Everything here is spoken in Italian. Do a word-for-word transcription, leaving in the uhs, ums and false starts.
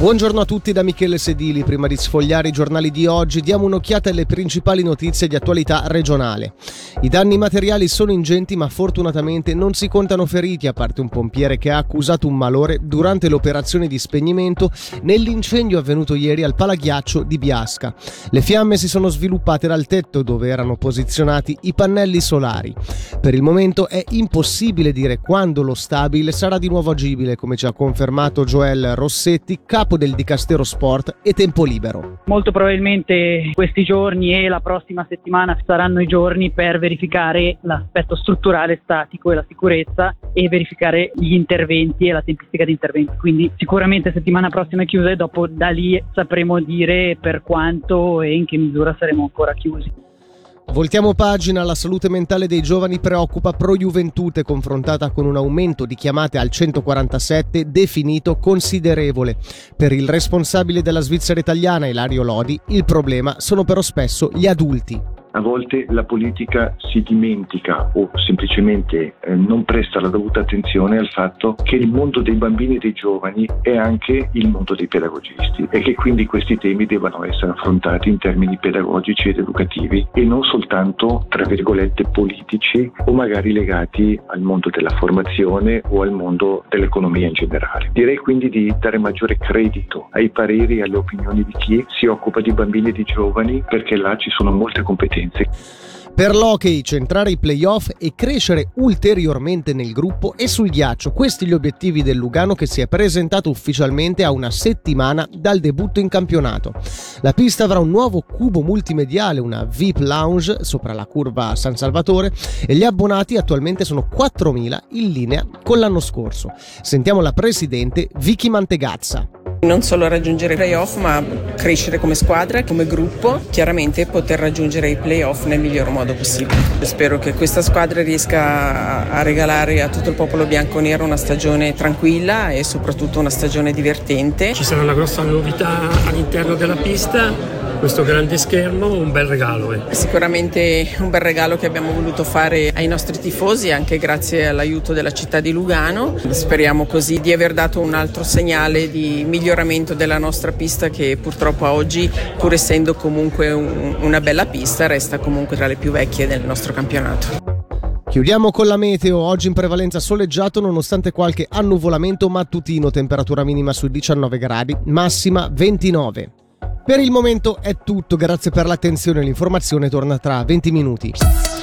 Buongiorno a tutti da Michele Sedili. Prima di sfogliare i giornali di oggi diamo un'occhiata alle principali notizie di attualità regionale. I danni materiali sono ingenti, ma fortunatamente non si contano feriti, a parte un pompiere che ha accusato un malore durante l'operazione di spegnimento nell'incendio avvenuto ieri al Palaghiaccio di Biasca. Le fiamme si sono sviluppate dal tetto dove erano posizionati i pannelli solari. Per il momento è impossibile dire quando lo stabile sarà di nuovo agibile, come ci ha confermato Joel Rossetti, capo del Dicastero Sport e Tempo Libero. Molto probabilmente questi giorni e la prossima settimana saranno i giorni per verificare l'aspetto strutturale statico e la sicurezza e verificare gli interventi e la tempistica di interventi. Quindi sicuramente settimana prossima è chiusa e dopo da lì sapremo dire per quanto e in che misura saremo ancora chiusi. Voltiamo pagina. La salute mentale dei giovani preoccupa Pro Juventute, confrontata con un aumento di chiamate al centoquarantasette definito considerevole. Per il responsabile della Svizzera italiana, Ilario Lodi, il problema sono però spesso gli adulti. A volte la politica si dimentica o semplicemente eh, non presta la dovuta attenzione al fatto che il mondo dei bambini e dei giovani è anche il mondo dei pedagogisti e che quindi questi temi devono essere affrontati in termini pedagogici ed educativi e non soltanto, tra virgolette, politici o magari legati al mondo della formazione o al mondo dell'economia in generale. Direi quindi di dare maggiore credito ai pareri e alle opinioni di chi si occupa di bambini e di giovani, perché là ci sono molte competenze. Per l'hockey, centrare i playoff e crescere ulteriormente nel gruppo e sul ghiaccio. Questi gli obiettivi del Lugano, che si è presentato ufficialmente a una settimana dal debutto in campionato. La pista avrà un nuovo cubo multimediale, una V I P Lounge sopra la curva San Salvatore, e gli abbonati attualmente sono quattromila, in linea con l'anno scorso. Sentiamo la presidente Vicky Mantegazza. Non solo raggiungere i playoff, ma crescere come squadra, come gruppo, chiaramente poter raggiungere i playoff nel miglior modo possibile. Spero che questa squadra riesca a regalare a tutto il popolo bianconero una stagione tranquilla e soprattutto una stagione divertente. Ci sarà una grossa novità all'interno della pista, questo grande schermo, un bel regalo. Eh. Sicuramente un bel regalo che abbiamo voluto fare ai nostri tifosi, anche grazie all'aiuto della città di Lugano. Speriamo così di aver dato un altro segnale di miglioramento della nostra pista, che purtroppo a oggi, pur essendo comunque un, una bella pista, resta comunque tra le più vecchie del nostro campionato. Chiudiamo con la meteo. Oggi in prevalenza soleggiato nonostante qualche annuvolamento mattutino, temperatura minima sui diciannove gradi, massima ventinove. Per il momento è tutto, grazie per l'attenzione, l'informazione torna tra venti minuti.